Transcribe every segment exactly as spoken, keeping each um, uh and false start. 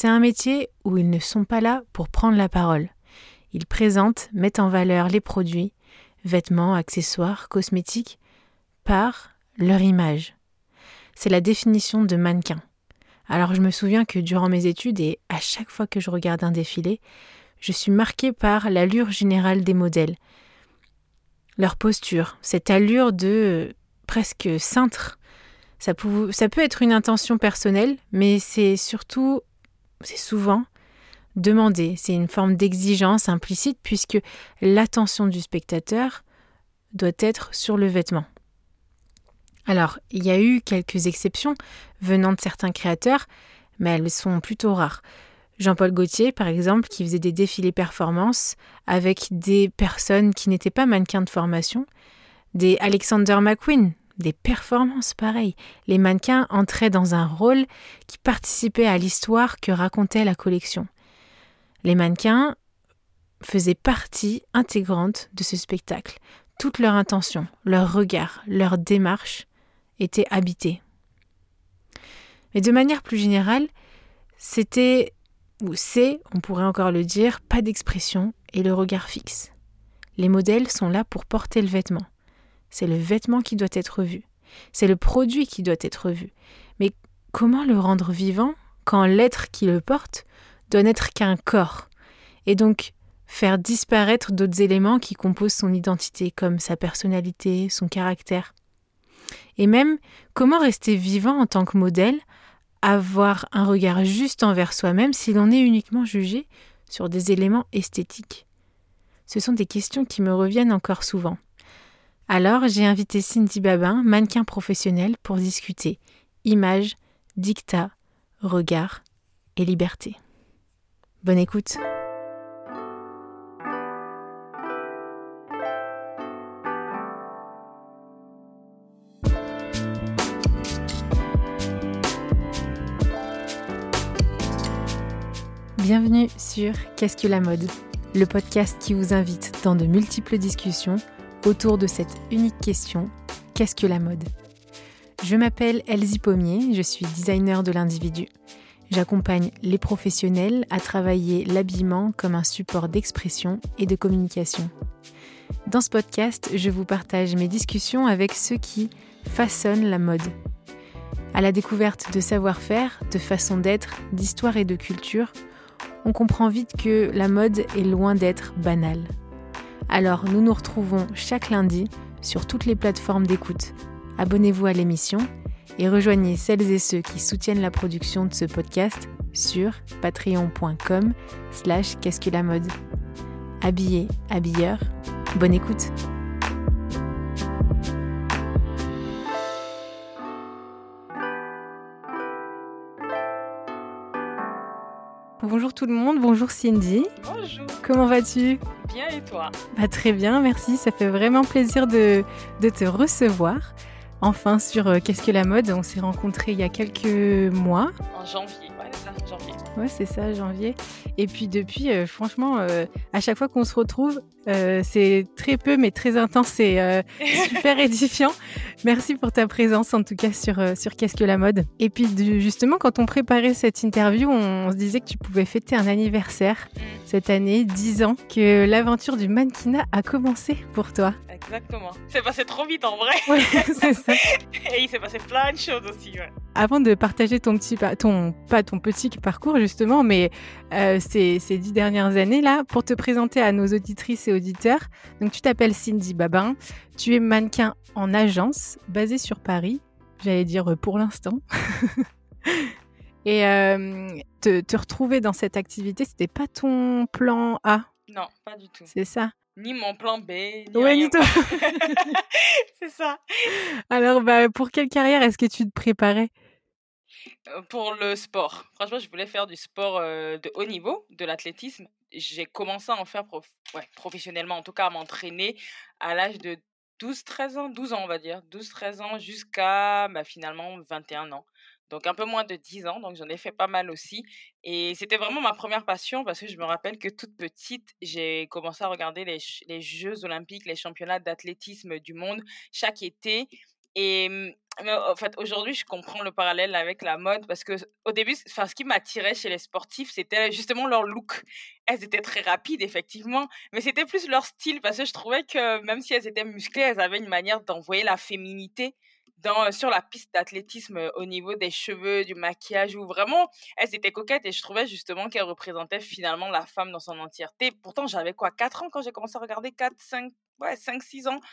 C'est un métier où ils ne sont pas là pour prendre la parole. Ils présentent, mettent en valeur les produits, vêtements, accessoires, cosmétiques, par leur image. C'est la définition de mannequin. Alors je me souviens que durant mes études et à chaque fois que je regarde un défilé, je suis marquée par l'allure générale des modèles. Leur posture, cette allure de euh, presque cintre. Ça peut, ça peut être une intention personnelle, mais c'est surtout, c'est souvent demandé. C'est une forme d'exigence implicite puisque l'attention du spectateur doit être sur le vêtement. Alors, il y a eu quelques exceptions venant de certains créateurs, mais elles sont plutôt rares. Jean-Paul Gaultier, par exemple, qui faisait des défilés performance avec des personnes qui n'étaient pas mannequins de formation, des Alexander McQueen, des performances pareilles. Les mannequins entraient dans un rôle qui participait à l'histoire que racontait la collection. Les mannequins faisaient partie intégrante de ce spectacle. Toute leur intention, leur regard, leur démarche étaient habités. Mais de manière plus générale, c'était, ou c'est, on pourrait encore le dire, pas d'expression et le regard fixe. Les modèles sont là pour porter le vêtement. C'est le vêtement qui doit être vu. C'est le produit qui doit être vu. Mais comment le rendre vivant quand l'être qui le porte doit n'être qu'un corps? Et donc faire disparaître d'autres éléments qui composent son identité, comme sa personnalité, son caractère. Et même, comment rester vivant en tant que modèle, avoir un regard juste envers soi-même si l'on est uniquement jugé sur des éléments esthétiques? Ce sont des questions qui me reviennent encore souvent. Alors, j'ai invité Cindy Babin, mannequin professionnelle, pour discuter image, dictat, regard et liberté. Bonne écoute. Bienvenue sur Qu'est-ce que la mode ? Le podcast qui vous invite dans de multiples discussions autour de cette unique question, qu'est-ce que la mode ? Je m'appelle Elsie Pommier, je suis designer de l'individu. J'accompagne les professionnels à travailler l'habillement comme un support d'expression et de communication. Dans ce podcast, je vous partage mes discussions avec ceux qui façonnent la mode. À la découverte de savoir-faire, de façon d'être, d'histoire et de culture, on comprend vite que la mode est loin d'être banale. Alors nous nous retrouvons chaque lundi sur toutes les plateformes d'écoute. Abonnez-vous à l'émission et rejoignez celles et ceux qui soutiennent la production de ce podcast sur patreon.com slash qu'est-ce que la mode. Habillé, habilleur, bonne écoute. Bonjour tout le monde, bonjour Cindy. Bonjour. Comment vas-tu ? Bien et toi ? Bah, très bien, merci. Ça fait vraiment plaisir de, de te recevoir. Enfin, sur euh, Qu'est-ce que la mode ? On s'est rencontrés il y a quelques mois. En janvier, ouais, c'est ça, janvier. Ouais, c'est ça, janvier. Et puis depuis, euh, franchement, euh, à chaque fois qu'on se retrouve, euh, c'est très peu, mais très intense et euh, super édifiant. Merci pour ta présence, en tout cas, sur, euh, sur Qu'est-ce que la mode ? Et puis, du, justement, quand on préparait cette interview, on, on se disait que tu pouvais fêter un anniversaire Mm. cette année, dix ans, que l'aventure du mannequinat a commencé pour toi. Exactement. C'est passé trop vite en vrai. Ouais, c'est ça. Et il s'est passé plein de choses aussi. Ouais. Avant de partager ton petit, pa- ton, pas ton petit parcours justement, mais euh, ces, ces dix dernières années-là, pour te présenter à nos auditrices et auditeurs, donc tu t'appelles Cindy Babin, tu es mannequin en agence, basée sur Paris, j'allais dire euh, pour l'instant. Et euh, te, te retrouver dans cette activité, c'était pas ton plan A, Non, pas du tout. c'est ça? Ni mon plan B, ni Ouais, rien. ni toi. C'est ça. Alors, bah, pour quelle carrière est-ce que tu te préparais? Euh, Pour le sport. Franchement, je voulais faire du sport euh, de haut niveau, de l'athlétisme. J'ai commencé à en faire prof... ouais, professionnellement, en tout cas à m'entraîner à l'âge de douze treize ans, douze ans on va dire, douze treize ans jusqu'à bah, finalement vingt et un ans. Donc un peu moins de dix ans, donc j'en ai fait pas mal aussi. Et c'était vraiment ma première passion parce que je me rappelle que toute petite, j'ai commencé à regarder les, ch- les Jeux olympiques, les championnats d'athlétisme du monde chaque été. Et mmh, mais en fait, aujourd'hui, je comprends le parallèle avec la mode parce que au début, c enfin, ce qui m'attirait chez les sportifs, c'était justement leur look. Elles étaient très rapides, effectivement, mais c'était plus leur style parce que je trouvais que même si elles étaient musclées, elles avaient une manière d'envoyer la féminité dans sur la piste d'athlétisme, heu, au niveau des cheveux, du maquillage, où vraiment elles étaient coquettes et je trouvais justement qu'elles représentaient finalement la femme dans son entièreté. Pourtant, j'avais quoi, quatre ans quand j'ai commencé à regarder, quatre, cinq, ouais, cinq, six ans.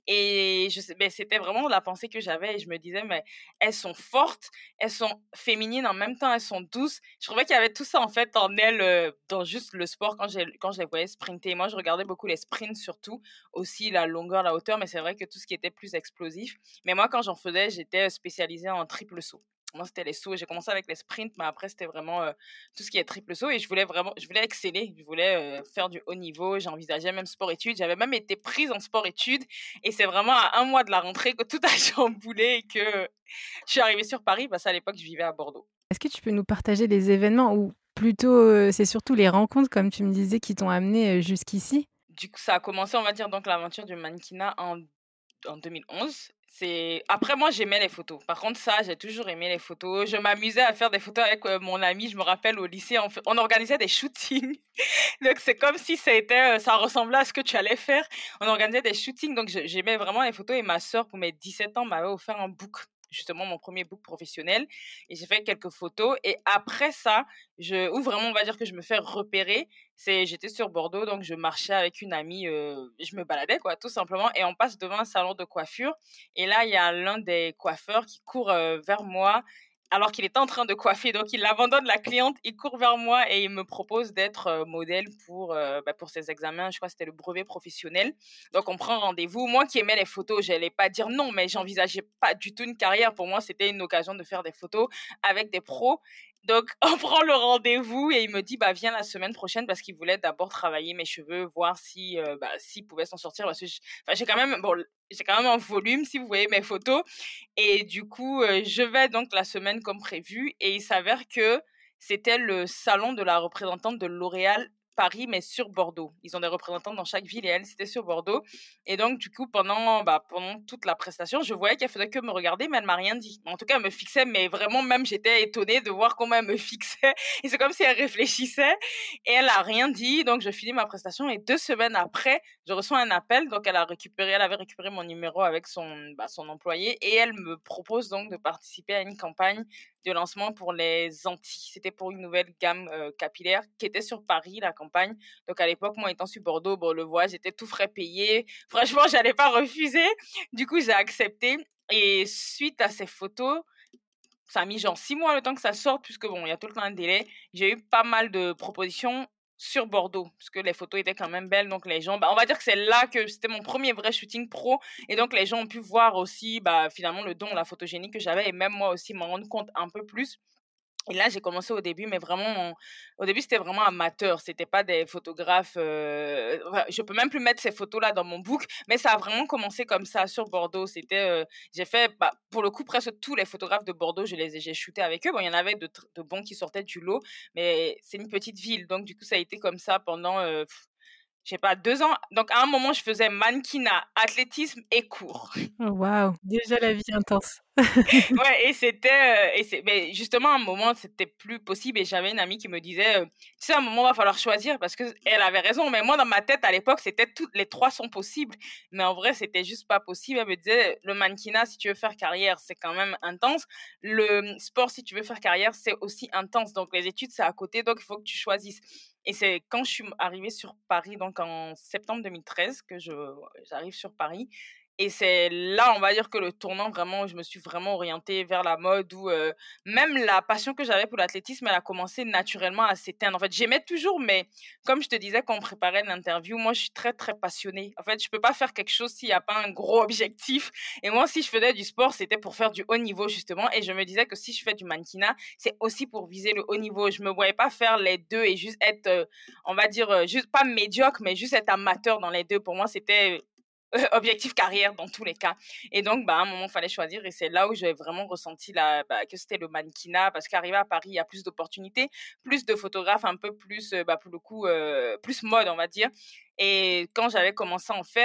Et je sais, beh, c'était vraiment la pensée que j'avais et je me disais: «Mais elles sont fortes, elles sont féminines, en même temps elles sont douces». Je trouvais qu'il y avait tout ça en fait en elles, heu, dans juste le sport quand j'ai quand je les voyais sprinter. Moi, je regardais beaucoup les sprints surtout, aussi la longueur, la hauteur, mais c'est vrai que tout ce qui était plus explosif. Mais moi, quand j'en faisais, j'étais spécialisée en triple saut. Moi, c'était les sauts. J'ai commencé avec les sprints, mais après c'était vraiment, heu, tout ce qui est triple saut et je voulais vraiment je voulais exceller, je voulais, heu, faire du haut niveau. J'envisageais même sport-études. J'avais même été prise en sport-études et c'est vraiment à un mois de la rentrée que tout a chamboulé et que je suis arrivée sur Paris parce qu'à l'époque, je vivais à Bordeaux. Est-ce que tu peux nous partager les événements ou plutôt, heu, c'est surtout les rencontres, comme tu me disais, qui t'ont amené jusqu'ici? Du coup, ça a commencé, on va dire, donc l'aventure du mannequinat en en deux mille onze. C'est après moi, j'aimais les photos. Par contre, ça, j'ai toujours aimé les photos. Je m'amusais à faire des photos avec, heu, mon ami. Je me rappelle au lycée, on f on organisait des shootings. Donc c'est comme si ça était, heu, ça ressemblait à ce que tu allais faire. On organisait des shootings, donc je j'aimais vraiment les photos et ma sœur, pour mes dix-sept ans, m'avait offert un book, justement mon premier book professionnel et j'ai fait quelques photos et après ça, je où vraiment on va dire que je me fais repérer, c'est j'étais sur Bordeaux, donc je marchais avec une amie, heu, je me baladais quoi, tout simplement et on passe devant un salon de coiffure et là, il y a l'un des coiffeurs qui court, heu, vers moi alors qu'il était en train de coiffer, donc il abandonne la cliente, il court vers moi et il me propose d'être, heu, modèle pour, heu, bah, pour ses examens. Je crois que c'était le brevet professionnel. Donc on prend rendez-vous. Moi qui aimais les photos, j'allais pas dire non, mais j'envisageais pas du tout une carrière. Pour moi, c'était une occasion de faire des photos avec des pros. Donc on prend le rendez-vous et il me dit: «Bah, viens la semaine prochaine» parce qu'il voulait d'abord travailler mes cheveux, voir si, heu, bah, s'il pouvait s'en sortir parce que j enfin, j'ai quand même bon, j'ai quand même un volume si vous voyez mes photos et du coup, heu, je vais donc la semaine comme prévu et il s'avère que c'était le salon de la représentante de L'Oréal Paris, mais sur Bordeaux. Ils ont des représentants dans chaque ville et elle, c'était sur Bordeaux et donc du coup, pendant, bah, pendant toute la prestation, je voyais qu'elle faisait que me regarder, mais elle m'a rien dit. En tout cas, elle me fixait, mais vraiment même j'étais étonnée de voir comment elle me fixait et c'est comme si elle réfléchissait et elle a rien dit. Donc je finis ma prestation et deux semaines après, je reçois un appel. Donc elle a récupéré elle avait récupéré mon numéro avec son, bah, son employé et elle me propose donc de participer à une campagne de lancement pour les Antilles. C'était pour une nouvelle gamme, heu, capillaire qui était sur Paris, la campagne. Donc à l'époque, moi étant sur Bordeaux, bon le voyage était tout frais payé. Franchement, j'allais pas refuser. Du coup, j'ai accepté et suite à ces photos, ça a mis genre six mois le temps que ça sorte puisque bon, il y a tout le temps un délai. J'ai eu pas mal de propositions sur Bordeaux parce que les photos étaient quand même belles donc les gens bah, on va dire que c'est là que c'était mon premier vrai shooting pro et donc les gens ont pu voir aussi, bah, finalement le don, la photogénie que j'avais et même moi aussi m'en rendre compte un peu plus. Et là, j'ai commencé au début, mais vraiment, en- au début, c'était vraiment amateur. C'était pas des photographes. Euh, enfin, je peux même plus mettre ces photos-là dans mon book, mais ça a vraiment commencé comme ça sur Bordeaux. C'était, euh, j'ai fait, bah, pour le coup, presque tous les photographes de Bordeaux, je les ai, j'ai shooté avec eux. Bon, il y en avait de, tr- de bons qui sortaient du lot, mais c'est une petite ville, donc du coup, ça a été comme ça pendant, euh, pff, je sais pas, deux ans. Donc à un moment, je faisais mannequinat, athlétisme et cours. Oh waouh! Déjà la vie intense. Ouais et c'était, heu et c'est mais justement, à un moment, c'était plus possible et j'avais une amie qui me disait, heu: «Tu sais, à un moment, va falloir choisir» parce qu'elle avait raison, mais moi, dans ma tête, à l'époque, c'était toutes les trois sont possibles, mais en vrai, c'était juste pas possible. Elle me disait: «Le mannequinat, si tu veux faire carrière, c'est quand même intense. Le, mmh, sport, si tu veux faire carrière, c'est aussi intense. Donc les études, c'est à côté, donc il faut que tu choisisses» et c'est quand je suis arrivée sur Paris, donc en septembre deux mille treize que je j'arrive sur Paris et c'est là, on va dire que le tournant vraiment, où je me suis vraiment orientée vers la mode où, heu, même la passion que j'avais pour l'athlétisme, elle a commencé naturellement à s'éteindre. En fait, j'aimais toujours, mais comme je te disais quand on préparait l'interview, moi, je suis très, très passionnée. En fait, je peux pas faire quelque chose s'il y a pas un gros objectif et moi, si je faisais du sport, c'était pour faire du haut niveau justement et je me disais que si je fais du mannequinat, c'est aussi pour viser le haut niveau. Je me voyais pas faire les deux et juste être, heu, on va dire, heu, juste pas médiocre, mais juste être amateur dans les deux. Pour moi, c'était objectif carrière dans tous les cas. Et donc, bah, à un moment, il fallait choisir. Et c'est là où j'ai vraiment ressenti la, bah, que c'était le mannequinat. Parce qu'arrivé à Paris, il y a plus d'opportunités, plus de photographes, un peu plus, euh, bah, pour le coup, euh, plus mode, on va dire. Et quand j'avais commencé à en faire,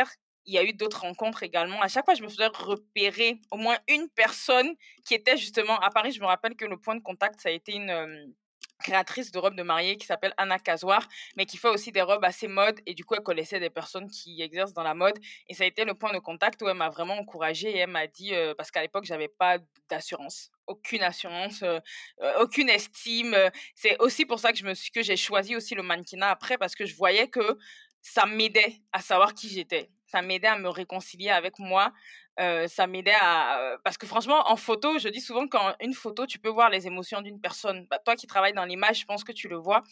il y a eu d'autres rencontres également. À chaque fois, je me faisais repérer au moins une personne qui était justement à Paris. Je me rappelle que le point de contact, ça a été une euh, créatrice de robes de mariée qui s'appelle Anna Casoir, mais qui fait aussi des robes assez mode. Et du coup, elle connaissait des personnes qui exercent dans la mode. Et ça a été le point de contact où elle m'a vraiment encouragée et elle m'a dit, euh, parce qu'à l'époque, j'avais pas d'assurance. Aucune assurance, euh, euh, aucune estime. euh, C'est aussi pour ça que je me suis, que j'ai choisi aussi le mannequinat après, parce que je voyais que ça m'aidait à savoir qui j'étais. Ça m'aidait à me réconcilier avec moi. Euh, ça m'aidait à... euh, Parce que franchement, en photo, je dis souvent qu'en une photo, tu peux voir les émotions d'une personne. Bah, toi qui travailles dans l'image, je pense que tu le vois.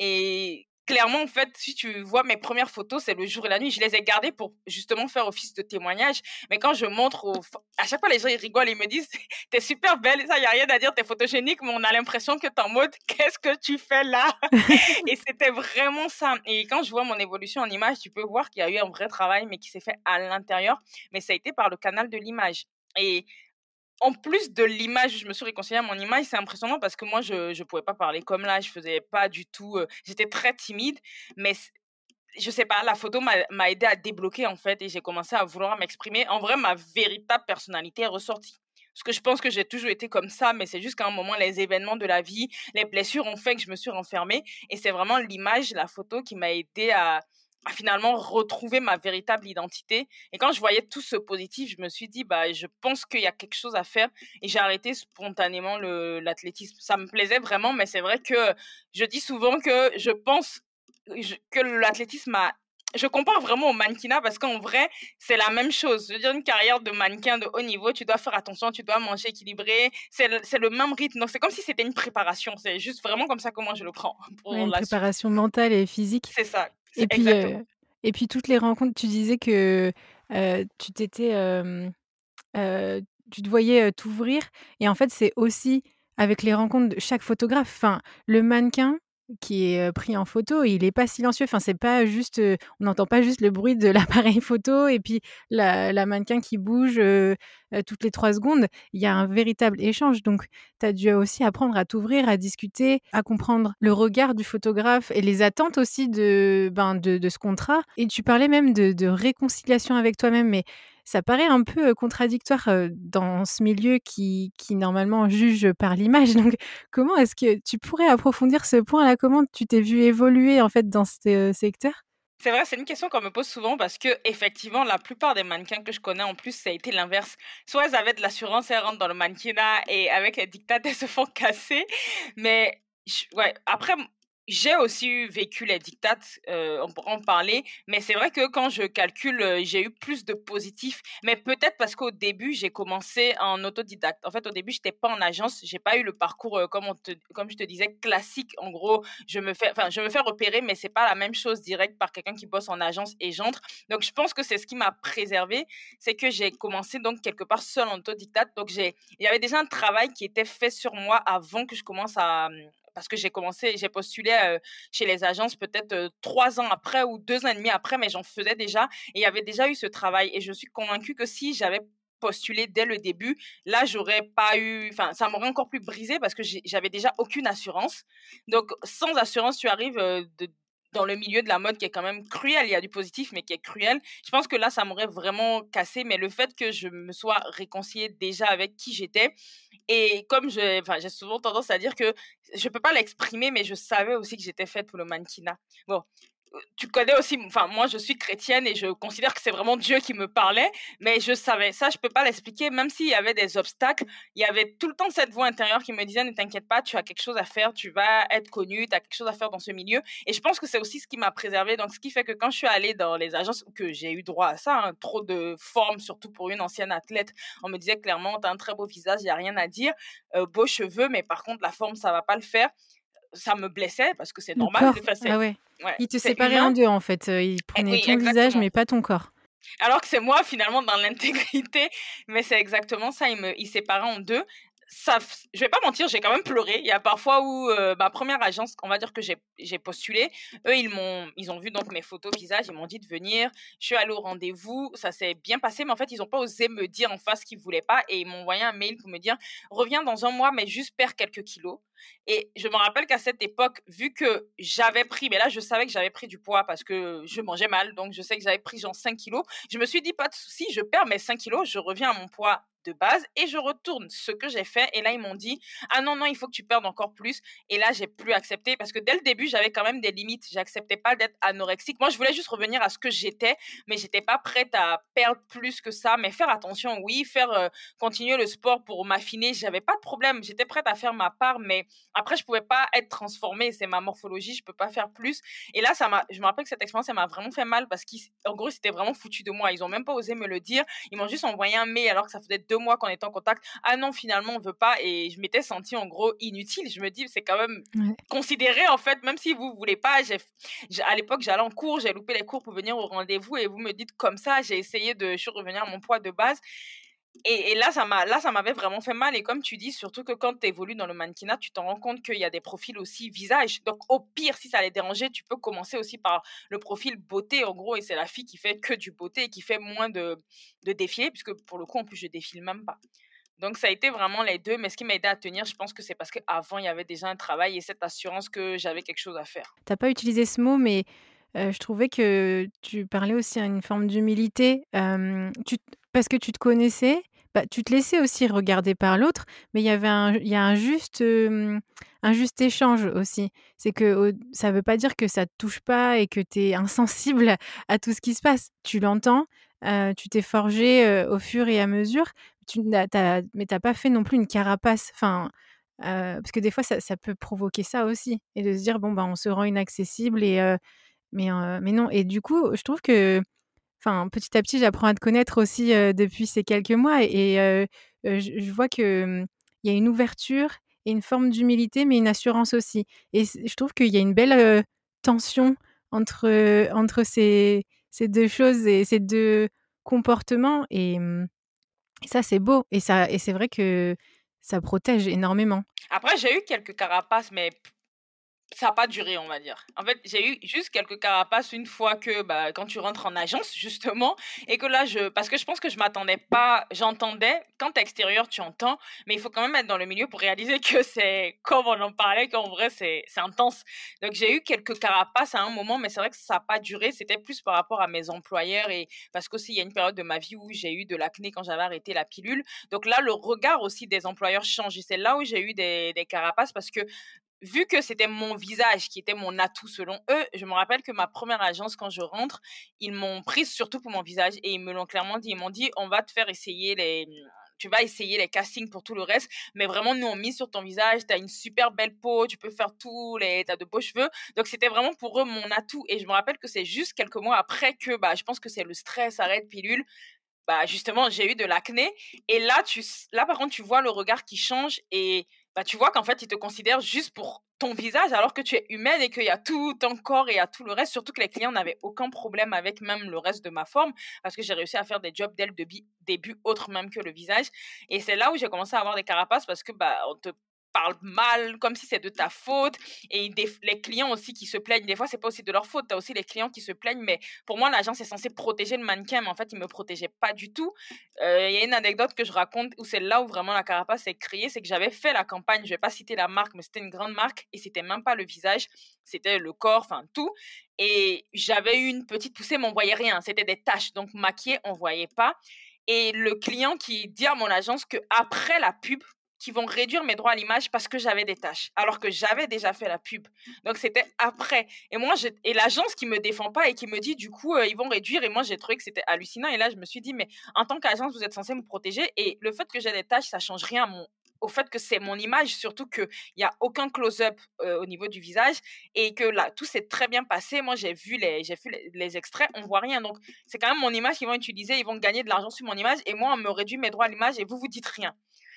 Et clairement, en fait, si tu vois mes premières photos, c'est le jour et la nuit. Je les ai gardées pour justement faire office de témoignage. Mais quand je montre aux... À chaque fois, les gens, ils rigolent, ils me disent, t'es super belle, ça, il n'y a rien à dire, t'es photogénique, mais on a l'impression que t'es en mode, qu'est-ce que tu fais là? Et c'était vraiment ça. Et quand je vois mon évolution en image, tu peux voir qu'il y a eu un vrai travail, mais qui s'est fait à l'intérieur. Mais ça a été par le canal de l'image. Et en plus de l'image, je me suis réconciliée à mon image, c'est impressionnant parce que moi, je ne pouvais pas parler comme là, je faisais pas du tout, euh, j'étais très timide, mais c- je sais pas, la photo m'a m'a aidé à débloquer en fait et j'ai commencé à vouloir m'exprimer. En vrai, ma véritable personnalité est ressortie. Parce que je pense que j'ai toujours été comme ça, mais c'est juste qu'à un moment, les événements de la vie, les blessures ont fait que je me suis renfermée. Et c'est vraiment l'image, la photo qui m'a aidé à, à finalement retrouver ma véritable identité. Et quand je voyais tout ce positif, je me suis dit, bah, je pense qu'il y a quelque chose à faire. Et j'ai arrêté spontanément le- l'athlétisme. Ça me plaisait vraiment, mais c'est vrai que je dis souvent que je pense je- que l'athlétisme a... Je compare vraiment au mannequinat parce qu'en vrai, c'est la même chose. Je veux dire, une carrière de mannequin de haut niveau, tu dois faire attention, tu dois manger équilibré. C'est le, c'est le même rythme. Donc, c'est comme si c'était une préparation. C'est juste vraiment comme ça que moi, je le prends Ouais, pour une la suite. préparation mentale et physique. C'est ça. Et C'est puis, exactement. heu et puis toutes les rencontres, tu disais que, heu, tu t'étais, hem, heu, tu te voyais, heu, t'ouvrir et en fait, c'est aussi avec les rencontres de chaque photographe. Enfin, le mannequin qui est, heu, pris en photo, il est pas silencieux. Enfin, c'est pas juste, heu, on n'entend pas juste le bruit de l'appareil photo et puis la la mannequin qui bouge, heu heu, toutes les trois secondes. Il y a un véritable échange donc tu as dû aussi apprendre à t'ouvrir, à discuter, à comprendre le regard du photographe et les attentes aussi de, ben, de de ce contrat et tu parlais même de de réconciliation avec toi-même mais ça paraît un peu, heu, contradictoire, heu, dans ce milieu qui qui normalement juge par l'image donc comment est-ce que tu pourrais approfondir ce point-là? Comment tu t'es vue évoluer, en fait, dans ce secteur? C'est vrai, c'est une question qu'on me pose souvent parce que effectivement, la plupart des mannequins que je connais en plus, ça a été l'inverse. Soit elles avaient de l'assurance, elles rentrent dans le mannequinat et avec les dictats, elles se font casser. Mais je- ouais, après, m- j'ai aussi eu- vécu les dictats, euh, on pourra en parler. Mais c'est vrai que quand je calcule, euh, j'ai eu plus de positifs. Mais peut-être parce qu'au début, j'ai commencé en autodidacte. En fait, au début, j'étais pas en agence, j'ai pas eu le parcours, euh, comme, on te- comme je te disais, classique. En gros, je me fais, enfin, je me fais repérer, mais c'est pas la même chose direct par quelqu'un qui bosse en agence et j'entre. Donc, je pense que c'est ce qui m'a préservé, c'est que j'ai commencé donc quelque part seul en autodidacte. Donc, j'ai, il y avait déjà un travail qui était fait sur moi avant que je commence à, parce que j'ai commencé, j'ai postulé euh, chez les agences peut-être euh, trois ans après ou deux ans et demi après, mais j'en faisais déjà et il y avait déjà eu ce travail et je suis convaincue que si j'avais postulé dès le début, là, j'aurais pas eu, enfin, ça m'aurait encore plus brisé parce que j'ai- j'avais déjà aucune assurance. Donc, sans assurance, tu arrives euh, de- dans le milieu de la mode qui est quand même cruel. Il y a du positif, mais qui est cruel. Je pense que là, ça m'aurait vraiment cassé. Mais le fait que je me sois réconciliée déjà avec qui j'étais, et comme je, enfin, j'ai souvent tendance à dire que je peux pas l'exprimer, mais je savais aussi que j'étais faite pour le mannequinat. Bon, tu connais aussi, enfin, moi, je suis chrétienne et je considère que c'est vraiment Dieu qui me parlait, mais je savais ça, je peux pas l'expliquer, même s'il y avait des obstacles, il y avait tout le temps cette voix intérieure qui me disait, ne t'inquiète pas, tu as quelque chose à faire, tu vas être connu, tu as quelque chose à faire dans ce milieu. Et je pense que c'est aussi ce qui m'a préservée. Donc, ce qui fait que quand je suis allée dans les agences, que j'ai eu droit à ça, hein, trop de formes, surtout pour une ancienne athlète, on me disait clairement, tu as un très beau visage, il n'y a rien à dire, euh, beaux cheveux, mais par contre, la forme, ça va pas le faire. Ça me blessait parce que c'est Le normal, corps, enfin, ah c'est, ouais. ouais, Il te c'est séparait humain. en deux en fait, heu, il Eh prenait oui, ton visage exactement. mais pas ton corps. Alors que c'est moi finalement dans l'intégrité, mais c'est exactement ça, il me il séparait en deux. ça, je vais pas mentir, j'ai quand même pleuré. Il y a parfois où euh, ma première agence, on va dire que j'ai j'ai postulé, eux ils m'ont ils ont vu donc mes photos visage, ils m'ont dit de venir. Je suis allée au rendez-vous, ça s'est bien passé, mais en fait ils ont pas osé me dire en face qu'ils voulaient pas et ils m'ont envoyé un mail pour me dire reviens dans un mois, mais juste perds quelques kilos. Et je me rappelle qu'à cette époque, vu que j'avais pris, mais là je savais que j'avais pris du poids parce que je mangeais mal, donc je sais que j'avais pris genre cinq kilos. Je me suis dit pas de souci, je perds mes cinq kilos, je reviens à mon poids de base et je retourne, ce que j'ai fait. Et là ils m'ont dit ah non non, il faut que tu perdes encore plus. Et là j'ai plus accepté parce que dès le début j'avais quand même des limites, j'acceptais pas d'être anorexique. Moi je voulais juste revenir à ce que j'étais, mais j'étais pas prête à perdre plus que ça. Mais faire attention, oui, faire euh, continuer le sport pour m'affiner, j'avais pas de problème, j'étais prête à faire ma part, mais après je pouvais pas être transformée, c'est ma morphologie, je peux pas faire plus. Et là ça m'a, je me rappelle que cette expérience elle m'a vraiment fait mal parce qu'en gros c'était vraiment foutu de moi, ils ont même pas osé me le dire, ils m'ont juste envoyé un mail alors que ça faisait deux mois qu'on était en contact. Ah non, finalement, on veut pas. Et je m'étais sentie en gros inutile. Je me dis, c'est quand même ouais. considéré en fait, même si vous voulez pas. J'ai, j'ai, à l'époque, j'allais en cours, j'ai loupé les cours pour venir au rendez-vous et vous me dites comme ça. J'ai essayé de, je suis revenue à mon poids de base. Et, et là, ça m'a, là, ça m'avait vraiment fait mal. Et comme tu dis, surtout que quand tu évolues dans le mannequinat, tu t'en rends compte qu'il y a des profils aussi visage. Donc, au pire, si ça les dérangeait, tu peux commencer aussi par le profil beauté, en gros. Et c'est la fille qui fait que du beauté et qui fait moins de, de défilés, puisque pour le coup, en plus, je défile même pas. Donc, ça a été vraiment les deux. Mais ce qui m'a aidé à tenir, je pense que c'est parce qu'avant, il y avait déjà un travail et cette assurance que j'avais quelque chose à faire. Tu n'as pas utilisé ce mot, mais euh, je trouvais que tu parlais aussi à une forme d'humilité. Euh, tu, parce que tu te connaissais, bah, tu te laissais aussi regarder par l'autre, mais il y avait un, il y a un juste, euh, un juste échange aussi. C'est que ça ne veut pas dire que ça ne te touche pas et que tu es insensible à tout ce qui se passe. Tu l'entends, euh, tu t'es forgé euh, au fur et à mesure, tu n'as, t'as, mais tu n'as pas fait non plus une carapace. Enfin, euh, parce que des fois, ça, ça peut provoquer ça aussi. Et de se dire, bon, bah, on se rend inaccessible. Et, euh, mais, euh, mais non. Et du coup, je trouve que enfin, petit à petit, j'apprends à te connaître aussi euh, depuis ces quelques mois et euh, euh, je, je vois que il y a une ouverture et une forme d'humilité, mais une assurance aussi. Et je trouve qu'il y a une belle euh, tension entre, euh, entre ces, ces deux choses et ces deux comportements. Et, et ça, c'est beau. Et, ça, et c'est vrai que ça protège énormément. Après, j'ai eu quelques carapaces, mais ça n'a pas duré, on va dire. En fait, j'ai eu juste quelques carapaces une fois que, bah, quand tu rentres en agence, justement, et que là, je, parce que je pense que je m'attendais pas, j'entendais, quand t'es extérieur, tu entends, mais il faut quand même être dans le milieu pour réaliser que c'est, comme on en parlait, qu'en vrai, c'est, c'est intense. Donc, j'ai eu quelques carapaces à un moment, mais c'est vrai que ça n'a pas duré. C'était plus par rapport à mes employeurs et parce qu'aussi, il y a une période de ma vie où j'ai eu de l'acné quand j'avais arrêté la pilule. Donc là, le regard aussi des employeurs change et c'est là où j'ai eu des, des carapaces parce que vu que c'était mon visage qui était mon atout selon eux, je me rappelle que ma première agence, quand je rentre, ils m'ont prise surtout pour mon visage et ils me l'ont clairement dit. Ils m'ont dit, on va te faire essayer les... Tu vas essayer les castings pour tout le reste, mais vraiment, nous, on mise sur ton visage, tu as une super belle peau, tu peux faire tout, les... tu as de beaux cheveux. Donc, c'était vraiment pour eux mon atout. Et je me rappelle que c'est juste quelques mois après que, bah, je pense que c'est le stress, arrête, pilule, bah, justement, j'ai eu de l'acné. Et là, tu, là, par contre, tu vois le regard qui change et bah, tu vois qu'en fait, ils te considèrent juste pour ton visage alors que tu es humaine et qu'il y a tout ton corps et il y a tout le reste. Surtout que les clients n'avaient aucun problème avec même le reste de ma forme parce que j'ai réussi à faire des jobs dès le début, début autres même que le visage. Et c'est là où j'ai commencé à avoir des carapaces parce que bah, on te parle mal, comme si c'est de ta faute. Et des, les clients aussi qui se plaignent, des fois, c'est pas aussi de leur faute. Tu as aussi les clients qui se plaignent, mais pour moi, l'agence est censée protéger le mannequin, mais en fait, ils me protégeaient pas du tout. Il euh, y a une anecdote que je raconte où c'est là où vraiment la carapace s'est créée, c'est que j'avais fait la campagne, je vais pas citer la marque, mais c'était une grande marque et c'était même pas le visage, c'était le corps, enfin tout. Et j'avais eu une petite poussée, mais on voyait rien, c'était des taches, donc maquillée, on voyait pas. Et le client qui dit à mon agence qu'après la pub, qui vont réduire mes droits à l'image parce que j'avais des tâches, alors que j'avais déjà fait la pub. Donc, c'était après. Et moi, j'ai... et l'agence qui me défend pas et qui me dit, du coup, euh, ils vont réduire. Et moi, j'ai trouvé que c'était hallucinant. Et là, je me suis dit, mais en tant qu'agence, vous êtes censé me protéger. Et le fait que j'ai des tâches, ça change rien à mon... au fait que c'est mon image, surtout qu'il n'y a aucun close-up euh, au niveau du visage et que là, tout s'est très bien passé. Moi, j'ai vu les, j'ai vu les, les extraits, on voit rien. Donc, c'est quand même mon image qu'ils vont utiliser. Ils vont gagner de l'argent sur mon image et moi, on me réduit mes droits à l'image et vous, vous dites rien.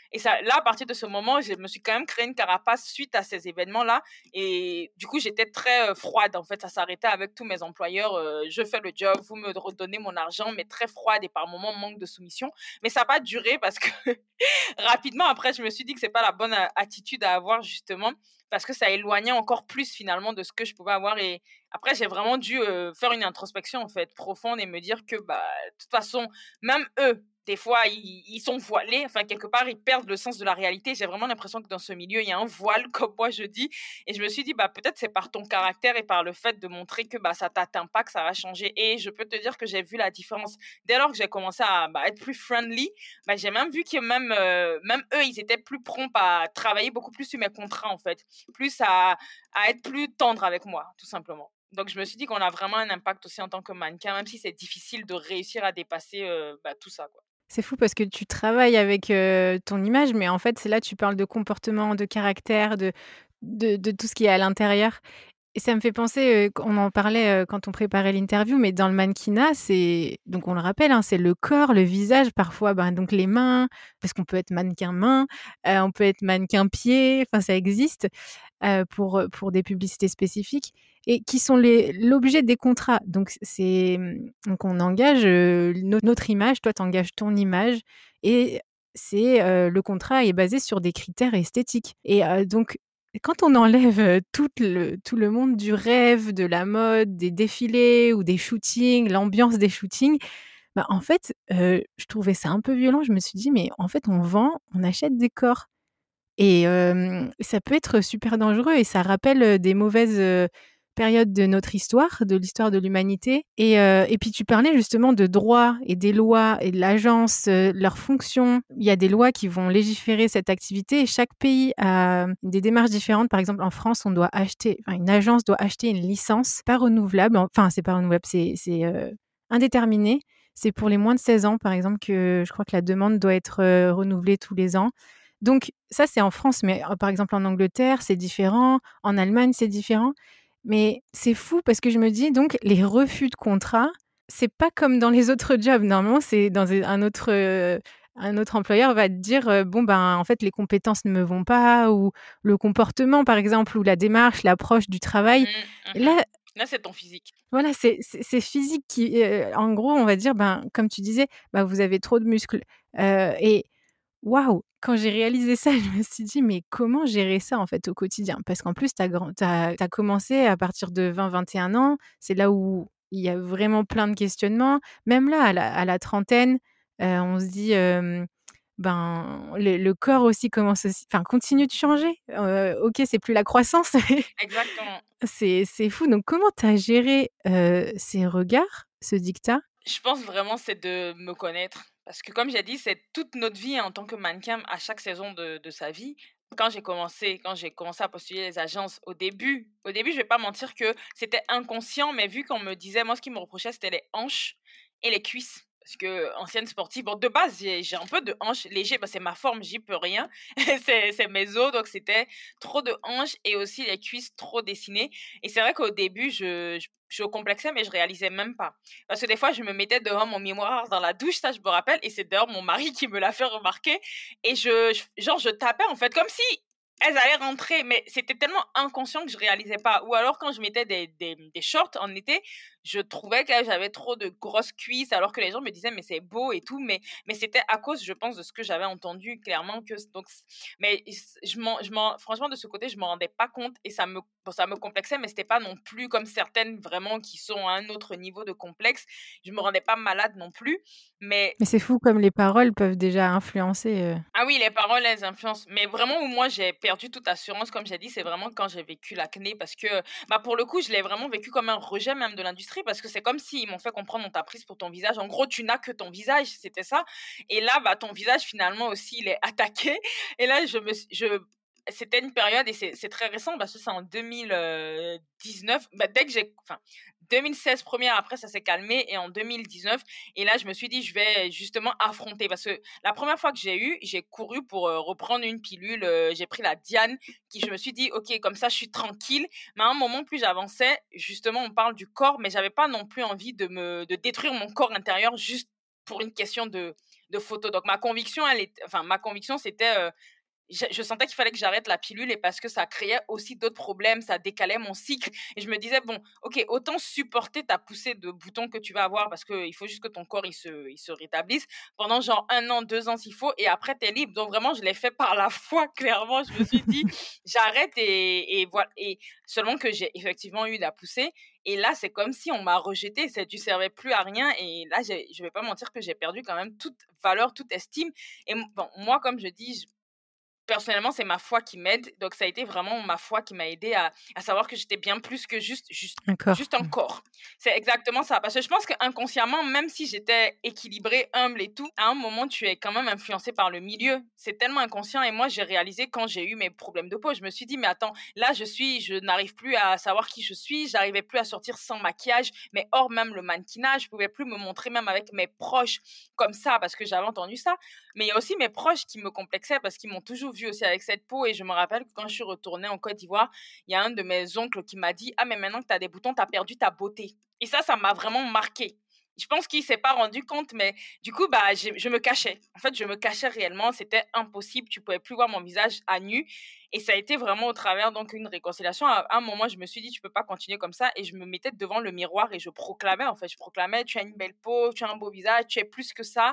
Et ça, là, à partir de ce moment, je me suis quand même créé une carapace suite à ces événements-là. Et du coup, j'étais très euh, froide. En fait, ça s'arrêtait avec tous mes employeurs. Euh, je fais le job, vous me redonnez mon argent, mais très froide et par moments manque de soumission. Mais ça n'a pas duré parce que rapidement, après, je me suis dit que c'est pas la bonne euh, attitude à avoir, justement, parce que ça éloignait encore plus finalement de ce que je pouvais avoir. Et après, j'ai vraiment dû euh, faire une introspection, en fait, profonde et me dire que, bah, de toute façon, même eux, des fois, ils, ils sont voilés. Enfin, quelque part, ils perdent le sens de la réalité. J'ai vraiment l'impression que dans ce milieu, il y a un voile, comme moi je dis. Et je me suis dit, bah, peut-être c'est par ton caractère et par le fait de montrer que bah, ça t'atteint pas, que ça va changer. Et je peux te dire que j'ai vu la différence. Dès lors que j'ai commencé à bah, être plus friendly, bah, j'ai même vu que même, euh, même eux, ils étaient plus prompts à travailler beaucoup plus sur mes contrats, en fait. Plus à, à être plus tendres avec moi, tout simplement. Donc, je me suis dit qu'on a vraiment un impact aussi en tant que mannequin, même si c'est difficile de réussir à dépasser euh, bah, tout ça, quoi. C'est fou parce que tu travailles avec, heu, ton image, mais en fait, c'est là tu parles de comportement, de caractère, de de de tout ce qui est à l'intérieur et ça me fait penser, heu, qu'on en parlait, heu, quand on préparait l'interview, mais dans le mannequinat, c'est donc on le rappelle, hein, c'est le corps, le visage, parfois, ben, donc les mains, parce qu'on peut être mannequin main, heu, on peut être mannequin pied, enfin ça existe, heu, pour, pour des publicités spécifiques et qui sont les l'objet des contrats. Donc c'est, mmh, donc on engage, heu, no notre image, toi tu engages ton image et c'est, heu, le contrat est basé sur des critères esthétiques et heu, donc quand on enlève, heu, tout le tout le monde du rêve, de la mode, des défilés ou des shootings, l'ambiance des shootings, bah, en fait, heu, je trouvais ça un peu violent. Je me suis dit: «Mais en fait, on vend, on achète des corps». Et hem, ça peut être super dangereux et ça rappelle, heu, des mauvaises, heu, périodes de notre histoire, de l'histoire de l'humanité et heu et puis tu parlais justement de droits et des lois et de l'agence, heu, leurs fonctions. Il y a des lois qui vont légiférer cette activité et chaque pays a des démarches différentes. Par exemple, en France, on doit acheter enfin, une agence doit acheter une licence pas renouvelable, enfin, c'est pas renouvelable, c'est c'est, heu, indéterminé. C'est pour les moins de seize ans, par exemple, que je crois que la demande doit être, heu, renouvelée tous les ans. Donc ça, c'est en France, mais heu, par exemple en Angleterre, c'est différent, en Allemagne, c'est différent. Mais c'est fou parce que je me dis donc les refus de contrat, c'est pas comme dans les autres jobs. Normalement, c'est dans un un autre, heu, un autre employeur va te dire, heu: «Bon, ben, en fait, les compétences ne me vont pas» ou le comportement, par exemple, ou la démarche, l'approche du travail. Mmh, Là, mmh. Là, c'est ton physique. voilà, c'est c'est c'est physique qui, heu, en gros, on va dire, ben, comme tu disais, bah, vous avez trop de muscles, heu et waouh! Quand j'ai réalisé ça, je me suis dit: «Mais comment gérer ça, en fait, au quotidien?» parce qu'en plus, tu as grand tu as commencé à partir de vingt vingt et un ans. C'est là où il y a vraiment plein de questionnements. Même là, à la à la trentaine, heu, on se dit, hem, ben, le le corps aussi commence aussi enfin, continue de changer. Heu, OK, c'est plus la croissance, Exactement. c'est c'est fou. Donc comment tu as géré, heu, ces regards, ce dictat? Je pense vraiment c'est de me connaître parce que comme j'ai dit, c'est toute notre vie en tant que mannequin à chaque saison de de sa vie. Quand j'ai commencé quand j'ai commencé à postuler les agences au début au début, je vais pas mentir que c'était inconscient, mais vu qu'on me disait moi, ce qui me reprochait, c'était les hanches et les cuisses. Parce que ancienne sportive, bon, de base, j'ai j'ai un peu de hanches léger, bah, c'est ma forme, j'y peux rien. C'est c'est mes os, donc c'était trop de hanches et aussi les cuisses trop dessinées. Et c'est vrai qu'au début, je je je complexais, mais je réalisais même pas. Parce que des fois, je me mettais devant mon miroir dans la douche, ça je me rappelle, et c'est d'ailleurs mon mari qui me l'a fait remarquer. Et je, je- genre, je tapais en fait, comme si elles allaient rentrer, mais c'était tellement inconscient que je réalisais pas. Ou alors quand je mettais des, des, des shorts en été, je trouvais que j'avais trop de grosses cuisses, alors que les gens me disaient mais c'est beau et tout, mais mais c'était à cause, je pense, de ce que j'avais entendu clairement que donc. Mais je m'en, je m'en, franchement de ce côté, je m'en rendais pas compte et ça me, bon, ça me complexait, mais c'était pas non plus comme certaines vraiment qui sont à un autre niveau de complexe. Je me rendais pas malade non plus, mais Mais c'est fou comme les paroles peuvent déjà influencer, heu ah oui, les paroles, elles influencent. Mais vraiment où moi j'ai perdu toute assurance, comme j'ai dit, c'est vraiment quand j'ai vécu l'acné parce que, bah pour le coup, je l'ai vraiment vécu comme un rejet même de l'industrie parce que c'est comme s'ils m'ont fait comprendre on t'a prise pour ton visage. En gros, tu n'as que ton visage, c'était ça. Et là, bah ton visage finalement aussi, il est attaqué. Et là, je me, suis- je, c'était une période et c'est c'est très récent parce que c'est en deux mille dix-neuf. Bah, dès que j'ai, enfin, deux mille seize première, après ça s'est calmé et en deux mille dix-neuf. Et là, je me suis dit, je vais justement affronter parce que la première fois que j'ai eu, j'ai couru pour euh, reprendre une pilule. euh, j'ai pris la Diane, qui je me suis dit, ok, comme ça, je suis tranquille. Mais à un moment, plus j'avançais, justement, on parle du corps, mais j'avais pas non plus envie de me de détruire mon corps intérieur juste pour une question de de photos. Donc ma conviction, elle est, enfin ma conviction, c'était euh, je, je sentais qu'il fallait que j'arrête la pilule et parce que ça créait aussi d'autres problèmes, ça décalait mon cycle. Et je me disais, bon, ok, autant supporter ta poussée de boutons que tu vas avoir parce qu'il faut juste que ton corps il se, il se rétablisse pendant genre un an, deux ans s'il faut et après t'es libre. Donc vraiment, je l'ai fait par la foi, clairement. Je me suis dit, j'arrête et, et voilà. Et seulement que j'ai effectivement eu la poussée. Et là, c'est comme si on m'a rejeté, ça ne servait plus à rien. Et là, j'ai, je ne vais pas mentir que j'ai perdu quand même toute valeur, toute estime. Et bon, moi, comme je dis, je- personnellement, c'est ma foi qui m'aide. Donc, ça a été vraiment ma foi qui m'a aidé à, à savoir que j'étais bien plus que juste, juste, D'accord. juste un corps. C'est exactement ça. Parce que je pense qu'inconsciemment, même si j'étais équilibrée, humble et tout, à un moment, tu es quand même influencée par le milieu. C'est tellement inconscient. Et moi, j'ai réalisé quand j'ai eu mes problèmes de peau, je me suis dit, mais attends, là, je suis, je n'arrive plus à savoir qui je suis. J'arrivais plus à sortir sans maquillage, mais hors même le mannequinage. Je pouvais plus me montrer même avec mes proches comme ça parce que j'avais entendu ça. Mais il y a aussi mes proches qui me complexaient parce qu'ils m'ont toujours vu aussi avec cette peau. Et je me rappelle que quand je suis retournée en Côte d'Ivoire, il y a un de mes oncles qui m'a dit « Ah, mais maintenant que tu as des boutons, tu as perdu ta beauté. » Et ça, ça m'a vraiment marqué. Je pense qu'il ne s'est pas rendu compte, mais du coup, bah, je, je me cachais. En fait, je me cachais réellement. C'était impossible. Tu ne pouvais plus voir mon visage à nu. Et ça a été vraiment au travers donc une réconciliation. À un moment, je me suis dit, tu ne peux pas continuer comme ça. Et je me mettais devant le miroir et je proclamais, en fait, je proclamais, tu as une belle peau, tu as un beau visage, tu es plus que ça.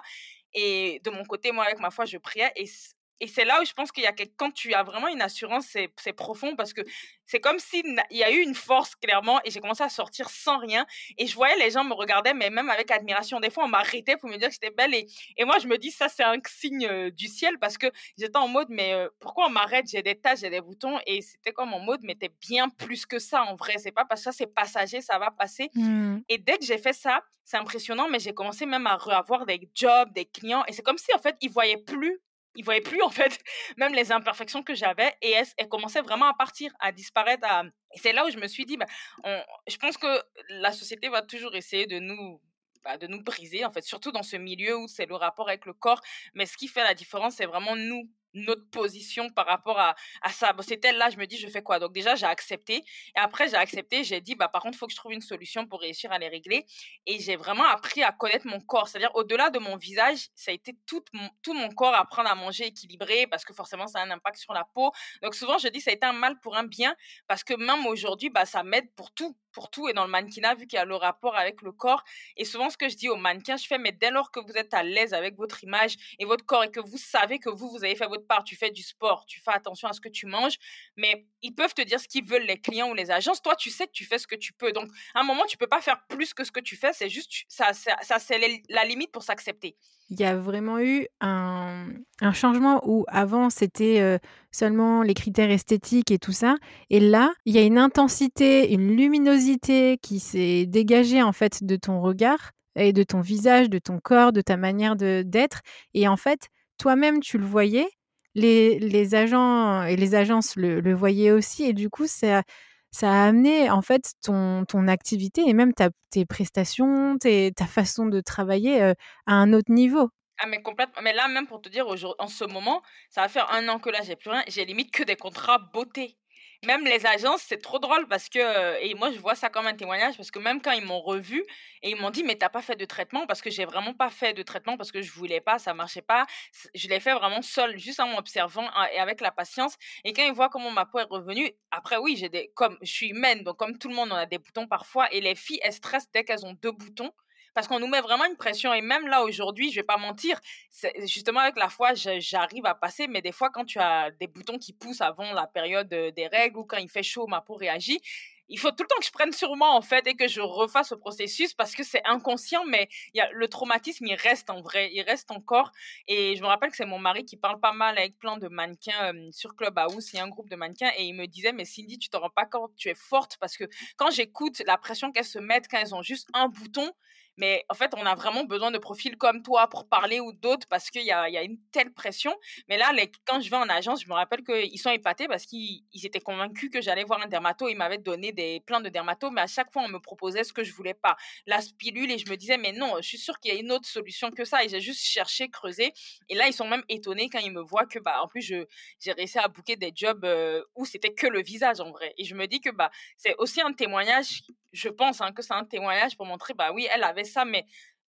Et de mon côté, moi, avec ma foi, je priais. Et, et c'est là où je pense qu'il y a quelque... quand tu as vraiment une assurance, c'est, c'est profond parce que c'est comme s'il y a eu une force, clairement. Et j'ai commencé à sortir sans rien. Et je voyais les gens me regardaient, mais même avec admiration. Des fois, on m'arrêtait pour me dire que j'étais belle. Et, et moi, je me dis, ça, c'est un signe euh, du ciel parce que j'étais en mode, mais euh, pourquoi on m'arrête? J'ai des taches, j'ai des boutons. Et c'était comme en mode, mais t'es bien plus que ça en vrai. C'est pas parce que ça, c'est passager, ça va passer. Mmh. Et dès que j'ai fait ça, c'est impressionnant, mais j'ai commencé même à avoir des jobs, des clients. Et c'est comme si, en fait, ils voyaient plus, ils voyaient plus, en fait, même les imperfections que j'avais. Et elles, elles commençaient vraiment à partir, à disparaître. À... Et c'est là où je me suis dit, bah, on... je pense que la société va toujours essayer de nous bah, de nous briser, en fait, surtout dans ce milieu où c'est le rapport avec le corps. Mais ce qui fait la différence, c'est vraiment nous, notre position par rapport à, à ça. Bon, c'était là, je me dis, je fais quoi? Donc déjà, j'ai accepté. Et après, j'ai accepté, j'ai dit, bah, par contre, il faut que je trouve une solution pour réussir à les régler. Et j'ai vraiment appris à connaître mon corps. C'est-à-dire, au-delà de mon visage, ça a été tout mon, tout mon corps, apprendre à manger équilibré, parce que forcément, ça a un impact sur la peau. Donc souvent, je dis, ça a été un mal pour un bien, parce que même aujourd'hui, bah, ça m'aide pour tout. Pour tout. Et dans le mannequinat, vu qu'il y a le rapport avec le corps. Et souvent, ce que je dis aux mannequins, je fais, mais dès lors que vous êtes à l'aise avec votre image et votre corps et que vous savez que vous, vous avez fait votre part, tu fais du sport, tu fais attention à ce que tu manges, mais ils peuvent te dire ce qu'ils veulent, les clients ou les agences. Toi, tu sais que tu fais ce que tu peux. Donc, à un moment, tu peux pas faire plus que ce que tu fais. C'est juste, ça, ça, ça c'est la limite pour s'accepter. Il y a vraiment eu un un changement où avant c'était, heu, seulement les critères esthétiques et tout ça et là, il y a une intensité, une luminosité qui s'est dégagée en fait de ton regard et de ton visage, de ton corps, de ta manière de d'être et en fait, toi-même tu le voyais, les les agents et les agences le le voyaient aussi et du coup ça ça a amené en fait ton ton activité et même ta tes prestations, tes ta façon de travailler, heu, à un autre niveau. Ah, mais complètement. Mais là, même pour te dire, aujourd'hui, en ce moment, ça va faire un an que là, j'ai plus rien. J'ai limite que des contrats beauté. Même les agences, c'est trop drôle parce que, euh, et moi, je vois ça comme un témoignage parce que même quand ils m'ont revu et ils m'ont dit, mais t'as pas fait de traitement parce que j'ai vraiment pas fait de traitement parce que je voulais pas, ça marchait pas. C- Je l'ai fait vraiment seule, juste en m'observant hein, et avec la patience. Et quand ils voient comment ma peau est revenue, après, oui, j'ai des, comme, je suis humaine, donc comme tout le monde, on a des boutons parfois et les filles, elles stressent dès qu'elles ont deux boutons parce qu'on nous met vraiment une pression. Et même là, aujourd'hui, je vais pas mentir, c'est, justement, avec la foi, je- j'arrive à passer. Mais des fois, quand tu as des boutons qui poussent avant la période euh, des règles ou quand il fait chaud, ma peau réagit. Il faut tout le temps que je prenne sur moi, en fait, et que je refasse le processus parce que c'est inconscient, mais il y a, le traumatisme, il reste en vrai, il reste encore. Et je me rappelle que c'est mon mari qui parle pas mal avec plein de mannequins euh, sur Clubhouse, il y a un groupe de mannequins, et il me disait, mais Cindy, tu te rends pas compte, tu es forte parce que quand j'écoute la pression qu'elles se mettent quand elles ont juste un bouton, mais en fait, on a vraiment besoin de profils comme toi pour parler ou d'autres parce qu'il y a, il y a une telle pression. Mais là, les, quand je vais en agence, je me rappelle qu'ils sont épatés parce qu'ils ils étaient convaincus que j'allais voir un dermato. Ils m'avaient donné des, plein de dermatos, mais à chaque fois, on me proposait ce que je voulais pas. La pilule, et je me disais, mais non, je suis sûre qu'il y a une autre solution que ça. Et j'ai juste cherché, creusé. Et là, ils sont même étonnés quand ils me voient que, bah, en plus, je, j'ai réussi à booker des jobs euh, où c'était que le visage en vrai. Et je me dis que, bah, c'est aussi un témoignage, je pense hein, que c'est un témoignage pour montrer, bah oui, elle avait ça, mais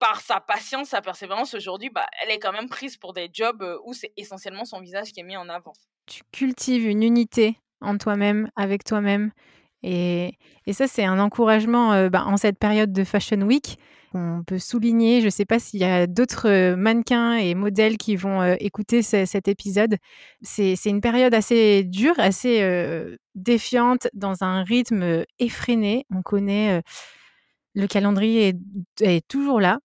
par sa patience, sa persévérance, aujourd'hui, bah, elle est quand même prise pour des jobs euh, où c'est essentiellement son visage qui est mis en avant. Tu cultives une unité en toi-même, avec toi-même et et ça, c'est un encouragement, heu, bah, en cette période de Fashion Week. On peut souligner, je ne sais pas s'il y a d'autres, heu, mannequins et modèles qui vont, heu, écouter ce cet épisode. C'est c'est une période assez dure, assez, heu, défiante, dans un rythme, heu, effréné. On connaît, heu, le calendrier est est toujours là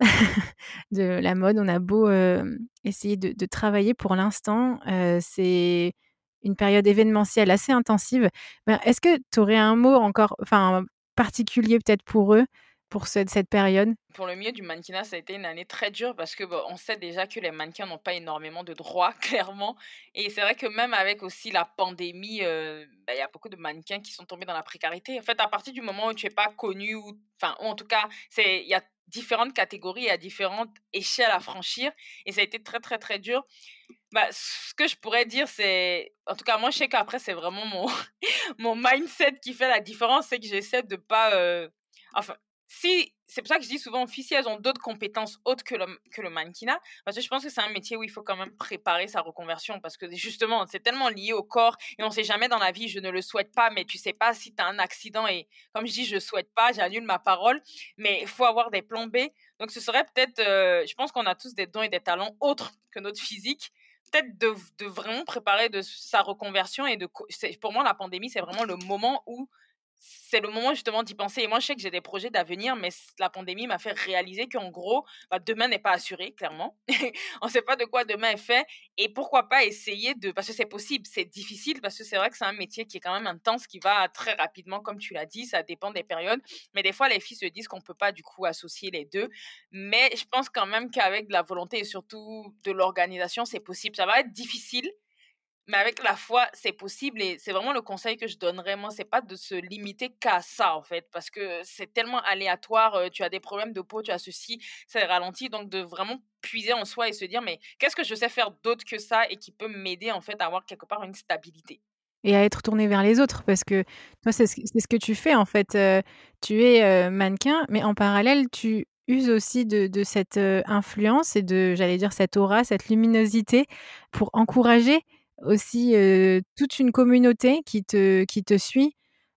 de la mode. On a beau, hem, essayer de de travailler pour l'instant, heu, c'est une période événementielle assez intensive. Ben, est-ce que tu aurais un mot encore enfin, particulier peut-être pour eux, pour cette cette période? Pour le milieu du mannequinat, ça a été une année très dure parce que, bah, on sait déjà que les mannequins n'ont pas énormément de droits, clairement. Et c'est vrai que même avec aussi la pandémie, heu, bah, il y a beaucoup de mannequins qui sont tombés dans la précarité. En fait, à partir du moment où tu es pas connu ou enfin, ou en tout cas, c'est il y a différentes catégories, il y a différentes échelles à franchir et ça a été très, très, très dur. Bah, ce que je pourrais dire, c'est en tout cas, moi, je sais qu'après, c'est vraiment mon mon mindset qui fait la différence, c'est que j'essaie de pas, heu, enfin, si c'est pour ça que je dis souvent aux filles, si elles ont d'autres compétences autres que le que le mannequinat, parce que je pense que c'est un métier où il faut quand même préparer sa reconversion parce que justement, c'est tellement lié au corps et on sait jamais dans la vie, je ne le souhaite pas, mais tu sais pas si tu as un accident et comme je dis: «Je souhaite pas», j'annule ma parole, mais il faut avoir des plans B. Donc ce serait peut-être, heu, je pense qu'on a tous des dons et des talents autres que notre physique. Peut-être de de vraiment préparer de sa reconversion et de co c'est pour moi la pandémie, c'est vraiment le moment où c'est le moment justement d'y penser et moi je sais que j'ai des projets d'avenir mais c la pandémie m'a fait réaliser qu'en gros, bah, demain n'est pas assuré clairement. On sait pas de quoi demain est fait et pourquoi pas essayer de parce que c'est possible, c'est difficile parce que c'est vrai que c'est un métier qui est quand même intense, qui va très rapidement comme tu l'as dit, ça dépend des périodes, mais des fois les filles se disent qu'on peut pas du coup associer les deux. Mais je pense quand même qu'avec de la volonté et surtout de l'organisation, c'est possible. Ça va être difficile, mais avec la foi, c'est possible et c'est vraiment le conseil que je donnerais, moi, c'est pas de se limiter qu'à ça, en fait, parce que c'est tellement aléatoire, heu, tu as des problèmes de peau, tu as ceci, ça ralentit, donc de vraiment puiser en soi et se dire: «Mais qu'est-ce que je sais faire d'autre que ça et qui peut m'aider, en fait, à avoir quelque part une stabilité?» Et à être tourné vers les autres parce que toi, c'est ce que c'est ce que tu fais en fait, heu, tu es, heu, mannequin, mais en parallèle, tu uses aussi de de cette, heu, influence et de j'allais dire cette aura, cette luminosité pour encourager aussi, heu, toute une communauté qui te qui te suit.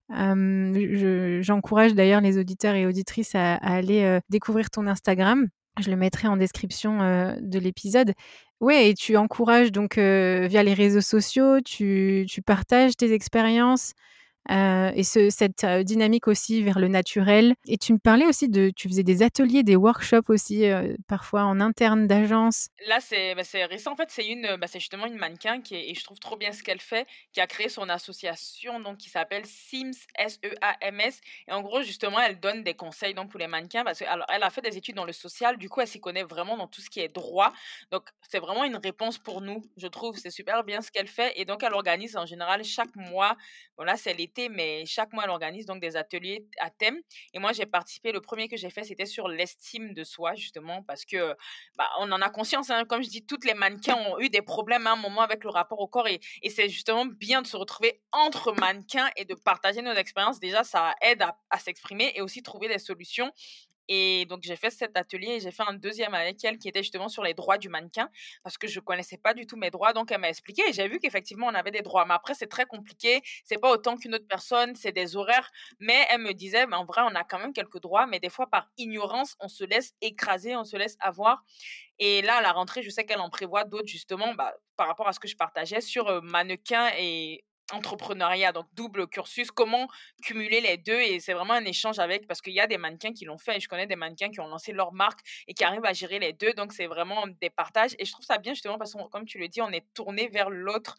Hem, je j'encourage d'ailleurs les auditeurs et auditrices à à aller, heu, découvrir ton Instagram. Je le mettrai en description, heu, de l'épisode. Ouais et tu encourages donc, heu, via les réseaux sociaux, tu tu partages tes expériences, heu et ce cette, heu, dynamique aussi vers le naturel et tu me parlais aussi de tu faisais des ateliers, des workshops aussi, heu, parfois en interne d'agence. Là, c'est bah, c'est récent. En fait, c'est une, bah, c'est justement une mannequin qui est et je trouve trop bien ce qu'elle fait, qui a créé son association donc qui s'appelle Seams, S E A M S et en gros, justement, elle donne des conseils donc pour les mannequins parce que alors elle a fait des études dans le social, du coup, elle s'y connaît vraiment dans tout ce qui est droit. Donc, c'est vraiment une réponse pour nous, je trouve. C'est super bien ce qu'elle fait et donc elle organise en général chaque mois, bon là, c'est l'été, mais chaque mois, elle organise donc des ateliers à thème et moi, j'ai participé. Le premier que j'ai fait, c'était sur l'estime de soi justement parce que bah, on en a conscience, hein, comme je dis, toutes les mannequins ont eu des problèmes à un moment avec le rapport au corps et, et c'est justement bien de se retrouver entre mannequins et de partager nos expériences. Déjà, ça aide à, à s'exprimer et aussi trouver des solutions. Et donc, j'ai fait cet atelier et j'ai fait un deuxième avec elle qui était justement sur les droits du mannequin parce que je connaissais pas du tout mes droits. Donc, elle m'a expliqué et j'ai vu qu'effectivement, on avait des droits. Mais après, c'est très compliqué. C'est pas autant qu'une autre personne. C'est des horaires. Mais elle me disait, mais en vrai, on a quand même quelques droits. Mais des fois, par ignorance, on se laisse écraser, on se laisse avoir. Et là, à la rentrée, je sais qu'elle en prévoit d'autres justement, bah, par rapport à ce que je partageais sur, heu, mannequin et entrepreneuriat, donc double cursus. Comment cumuler les deux et c'est vraiment un échange avec parce qu'il y a des mannequins qui l'ont fait et je connais des mannequins qui ont lancé leur marque et qui arrivent à gérer les deux. Donc c'est vraiment des partages et je trouve ça bien justement parce qu'on comme tu le dis, on est tourné vers l'autre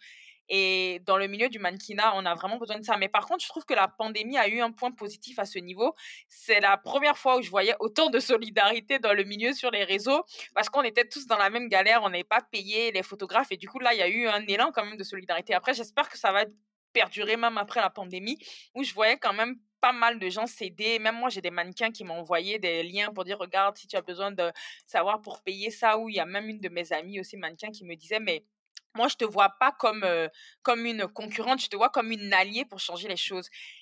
et dans le milieu du mannequinat, on a vraiment besoin de ça. Mais par contre, je trouve que la pandémie a eu un point positif à ce niveau. C'est la première fois où je voyais autant de solidarité dans le milieu sur les réseaux parce qu'on était tous dans la même galère, on n'avait pas payé les photographes et du coup là, il y a eu un élan quand même de solidarité. Après, j'espère que ça va perdurer même après la pandémie où je voyais quand même pas mal de gens s'aider. Même moi, j'ai des mannequins qui m'ont envoyé des liens pour dire, regarde, si tu as besoin de savoir pour payer ça, ou il y a même une de mes amies aussi mannequin qui me disait, mais moi, je te vois pas comme, euh, comme une concurrente, je te vois comme une alliée pour changer les choses.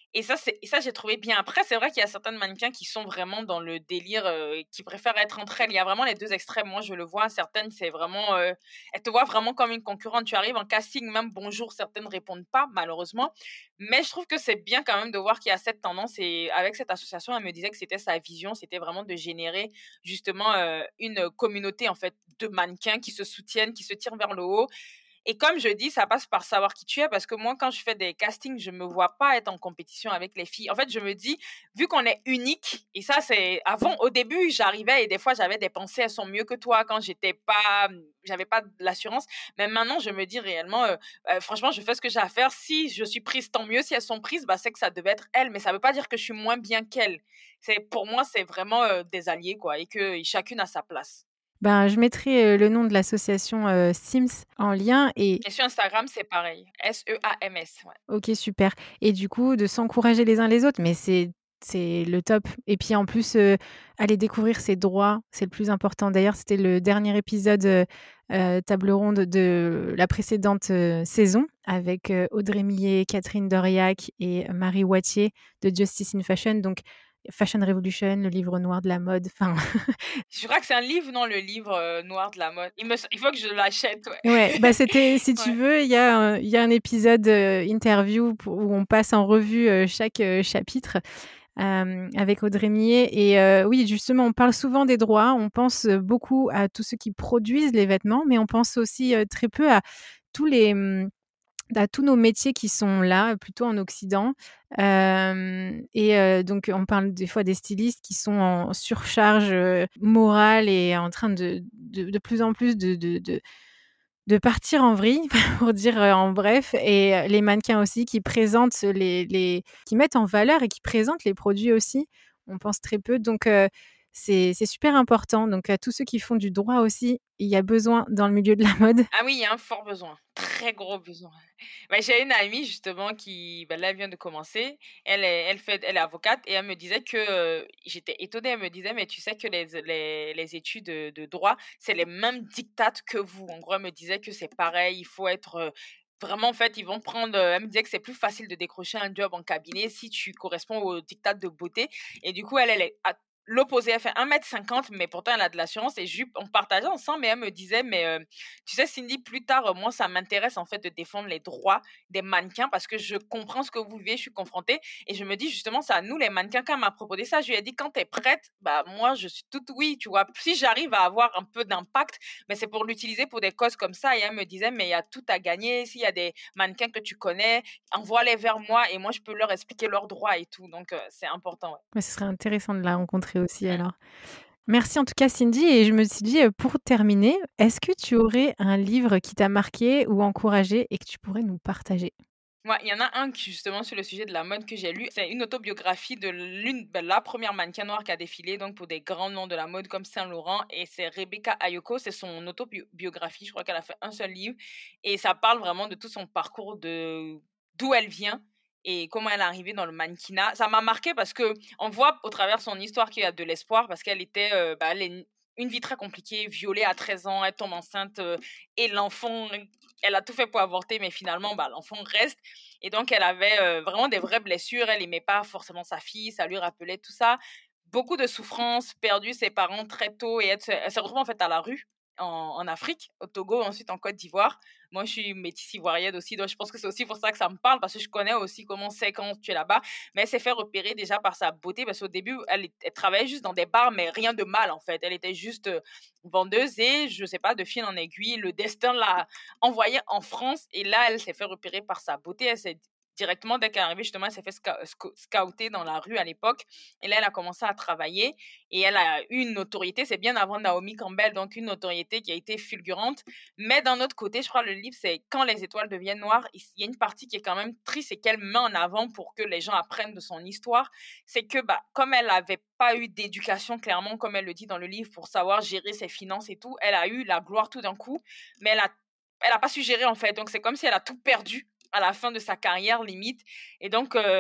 Et ça, c'est, et ça, j'ai trouvé bien. Après, c'est vrai qu'il y a certaines mannequins qui sont vraiment dans le délire, euh, qui préfèrent être entre elles. Il y a vraiment les deux extrêmes. Moi, je le vois. Certaines, c'est vraiment, euh, elles te voient vraiment comme une concurrente. Tu arrives en casting, même bonjour, certaines ne répondent pas, malheureusement. Mais je trouve que c'est bien quand même de voir qu'il y a cette tendance. Et avec cette association, elle me disait que c'était sa vision, c'était vraiment de générer justement euh, une communauté en fait de mannequins qui se soutiennent, qui se tirent vers le haut. Et comme je dis, ça passe par savoir qui tu es, parce que moi, quand je fais des castings, je me vois pas être en compétition avec les filles. En fait, je me dis, vu qu'on est unique, et ça, c'est avant, au début, j'arrivais et des fois, j'avais des pensées, elles sont mieux que toi quand j'étais pas, j'avais pas de l'assurance. Mais maintenant, je me dis réellement, euh, euh, franchement, je fais ce que j'ai à faire. Si je suis prise, tant mieux. Si elles sont prises, bah, c'est que ça devait être elles, mais ça veut pas dire que je suis moins bien qu'elles. C'est, pour moi, c'est vraiment euh, des alliés, quoi, et que chacune a sa place. Ben, je mettrai, heu, le nom de l'association, heu, Sims en lien et Et sur Instagram, c'est pareil. S E A M S, ouais. OK, super et du coup, de s'encourager les uns les autres, mais c'est c'est le top et puis en plus, heu, aller découvrir ses droits, c'est le plus important. D'ailleurs, c'était le dernier épisode, heu heu, table ronde de la précédente, heu, saison avec, heu, Audrey Millet, Catherine Doriac et Marie Wattier de Justice in Fashion, donc Fashion Revolution, le livre noir de la mode, enfin Je crois que c'est un livre, non, le livre euh, noir de la mode. Il, me, il faut que je l'achète, ouais. ouais, bah, c'était si tu Ouais. veux, il y a un il y a un épisode, heu, interview pour où on passe en revue, heu, chaque, heu, chapitre. Hem, avec Audrey Millet et heu, oui, justement, on parle souvent des droits. On pense, heu, beaucoup à tous ceux qui produisent les vêtements, mais on pense aussi, heu, très peu à tous les, mmh, à tous nos métiers qui sont là, plutôt en Occident. Hem et heu, donc on parle des fois des stylistes qui sont en surcharge, heu, morale et en train de de de plus en plus de de de de partir en vrille pour dire, heu, en bref et heu, les mannequins aussi qui présentent les les qui mettent en valeur et qui présentent les produits aussi. On pense très peu donc heu, c'est c'est super important donc à tous ceux qui font du droit aussi, il y a besoin dans le milieu de la mode. Ah oui, il y a un fort besoin, très gros besoin. Ouais, j'ai une amie justement qui, bah, là, elle vient de commencer. Elle est, elle fait, elle est avocate et elle me disait que, euh, j'étais étonnée, elle me disait, mais tu sais que les, les, les études de, de droit, c'est les mêmes dictates que vous. En gros, elle me disait que c'est pareil, il faut être... euh, Vraiment, en fait, ils vont prendre. euh, Elle me disait que c'est plus facile de décrocher un job en cabinet si tu corresponds aux dictats de beauté. Et du coup, elle, elle est à l'opposé. Elle fait un mètre cinquante, mais pourtant, elle a de l'assurance. Et je, on partageait ensemble, mais elle me disait, mais euh, tu sais, Cindy, plus tard, euh, moi, ça m'intéresse en fait de défendre les droits des mannequins parce que je comprends ce que vous vivez, je suis confrontée et je me dis justement, c'est à nous les mannequins. Quand elle m'a proposé ça, je lui ai dit, quand tu es prête, bah moi, je suis toute oui, tu vois. Si j'arrive à avoir un peu d'impact, mais c'est pour l'utiliser pour des causes comme ça. Et elle me disait, mais il y a tout à gagner. S'il y a des mannequins que tu connais, envoie-les vers moi et moi, je peux leur expliquer leurs droits et tout. Donc, euh, c'est important. Ouais. Ouais, ce serait intéressant de la rencontrer aussi Mm. alors. Merci en tout cas Cindy et je me suis dit, heu, pour terminer, est-ce que tu aurais un livre qui t'a marqué ou encouragé et que tu pourrais nous partager? Ouais, il y en a un qui, justement, sur le sujet de la mode que j'ai lu. C'est une autobiographie de l'une, ben, la première mannequin noire qui a défilé donc pour des grands noms de la mode comme Saint Laurent. Et c'est Rebecca Ayoko. C'est son autobiographie. Je crois qu'elle a fait un seul livre. Et ça parle vraiment de tout son parcours, de d'où elle vient et comment elle est arrivée dans le mannequinat. Ça m'a marqué parce que on voit au travers son histoire qu'il y a de l'espoir parce qu'elle était, euh, bah, elle est une vie très compliquée, violée à treize ans, elle tombe enceinte euh, et l'enfant, elle a tout fait pour avorter, mais finalement, bah, l'enfant reste. Et donc, elle avait euh, vraiment des vraies blessures. Elle n'aimait pas forcément sa fille. Ça lui rappelait tout ça. Beaucoup de souffrances, perdu ses parents très tôt. Et elle se, elle se retrouve en fait à la rue en, en Afrique, au Togo, ensuite en Côte d'Ivoire. Moi, je suis métisse ivoirienne aussi. Donc, je pense que c'est aussi pour ça que ça me parle. Parce que je connais aussi comment c'est quand tu es là-bas. Mais elle s'est fait repérer déjà par sa beauté. Parce qu'au début, elle, elle travaillait juste dans des bars, mais rien de mal en fait. Elle était juste euh, vendeuse. Et je sais pas, de fil en aiguille, le destin l'a envoyée en France. Et là, elle s'est fait repérer par sa beauté. Elle s'est directement, dès qu'elle est arrivée, justement, elle s'est fait sc- scouter dans la rue à l'époque. Et là, elle a commencé à travailler. Et elle a eu une notoriété. C'est bien avant Naomi Campbell, donc une notoriété qui a été fulgurante. Mais d'un autre côté, je crois le livre, c'est Quand les étoiles deviennent noires. Il y a une partie qui est quand même triste et qu'elle met en avant pour que les gens apprennent de son histoire. C'est que, bah, comme elle n'avait pas eu d'éducation, clairement, comme elle le dit dans le livre, pour savoir gérer ses finances et tout, elle a eu la gloire tout d'un coup. Mais elle a elle a pas su gérer en fait. Donc c'est comme si elle a tout perdu à la fin de sa carrière limite. Et donc euh,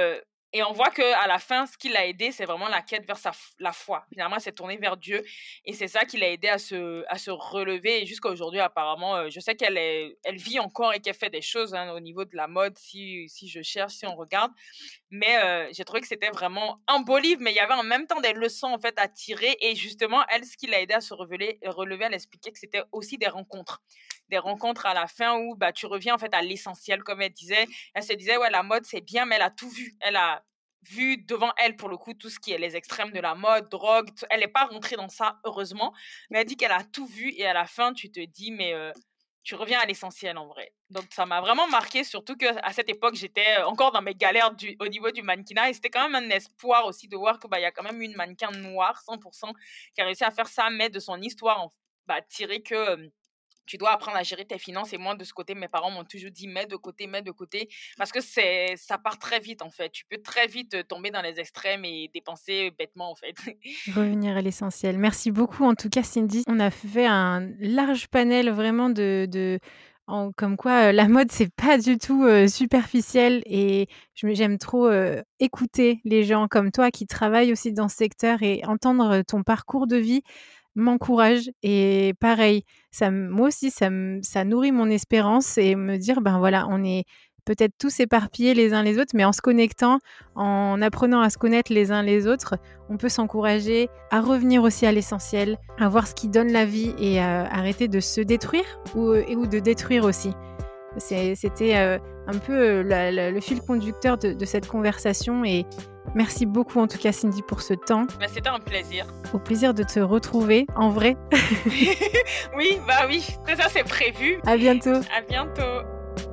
Et on voit qu'à la fin, ce qui l'a aidé, c'est vraiment la quête vers sa, la foi. Finalement, elle s'est tournée vers Dieu. Et c'est ça qui l'a aidé à se, à se relever. Et jusqu'à aujourd'hui, apparemment, euh, je sais qu'elle est, elle vit encore et qu'elle fait des choses hein, au niveau de la mode, si, si je cherche, si on regarde. Mais euh, j'ai trouvé que c'était vraiment un beau livre, mais il y avait en même temps des leçons en fait, à tirer. Et justement, elle, ce qui l'a aidé à se relever, relever elle expliquait que c'était aussi des rencontres. Des rencontres à la fin où bah, tu reviens en fait à l'essentiel, comme elle disait. Elle se disait, ouais, la mode, c'est bien, mais elle a tout vu. Elle a vu devant elle, pour le coup, tout ce qui est les extrêmes de la mode, drogue. Tout. Elle n'est pas rentrée dans ça, heureusement. Mais elle dit qu'elle a tout vu. Et à la fin, tu te dis, mais euh, tu reviens à l'essentiel, en vrai. Donc, ça m'a vraiment marqué, surtout qu'à cette époque, j'étais encore dans mes galères du, au niveau du mannequinat. Et c'était quand même un espoir aussi de voir qu'il bah, y a quand même une mannequin noire, cent pour cent, qui a réussi à faire ça, mais de son histoire, en, bah, tirer que... Euh, tu dois apprendre à gérer tes finances. Et moi, de ce côté, mes parents m'ont toujours dit, mets de côté, mets de côté. Parce que c'est, ça part très vite, en fait. Tu peux très vite tomber dans les extrêmes et dépenser bêtement, en fait. Revenir à l'essentiel. Merci beaucoup, en tout cas, Cindy. On a fait un large panel vraiment de... de... En, comme quoi euh, la mode c'est pas du tout euh, superficiel et je, j'aime trop euh, écouter les gens comme toi qui travaillent aussi dans ce secteur et entendre ton parcours de vie m'encourage et pareil, ça, moi aussi ça, ça nourrit mon espérance et me dire ben voilà, on est peut-être tous éparpillés les uns les autres, mais en se connectant, en apprenant à se connaître les uns les autres, on peut s'encourager à revenir aussi à l'essentiel, à voir ce qui donne la vie et à arrêter de se détruire ou, et, ou de détruire aussi. C'est, c'était euh, un peu euh, la, la, le fil conducteur de, de cette conversation et merci beaucoup en tout cas Cindy pour ce temps. Bah, c'était un plaisir. Au plaisir de te retrouver en vrai. Oui, bah oui, ça c'est prévu. À bientôt. À bientôt.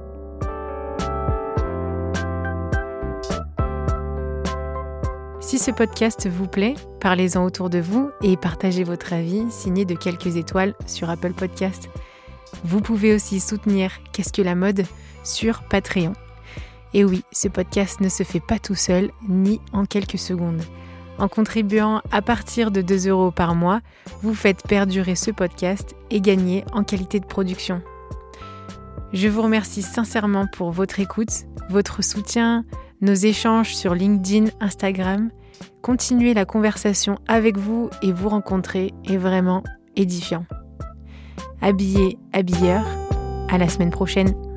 Si ce podcast vous plaît, parlez-en autour de vous et partagez votre avis signé de quelques étoiles sur Apple Podcast. Vous pouvez aussi soutenir Qu'est-ce que la mode sur Patreon. Et oui, ce podcast ne se fait pas tout seul, ni en quelques secondes. En contribuant à partir de deux euros par mois, vous faites perdurer ce podcast et gagner en qualité de production. Je vous remercie sincèrement pour votre écoute, votre soutien, nos échanges sur LinkedIn, Instagram. Continuer la conversation avec vous et vous rencontrer est vraiment édifiant. Habillé, habilleur, à la semaine prochaine.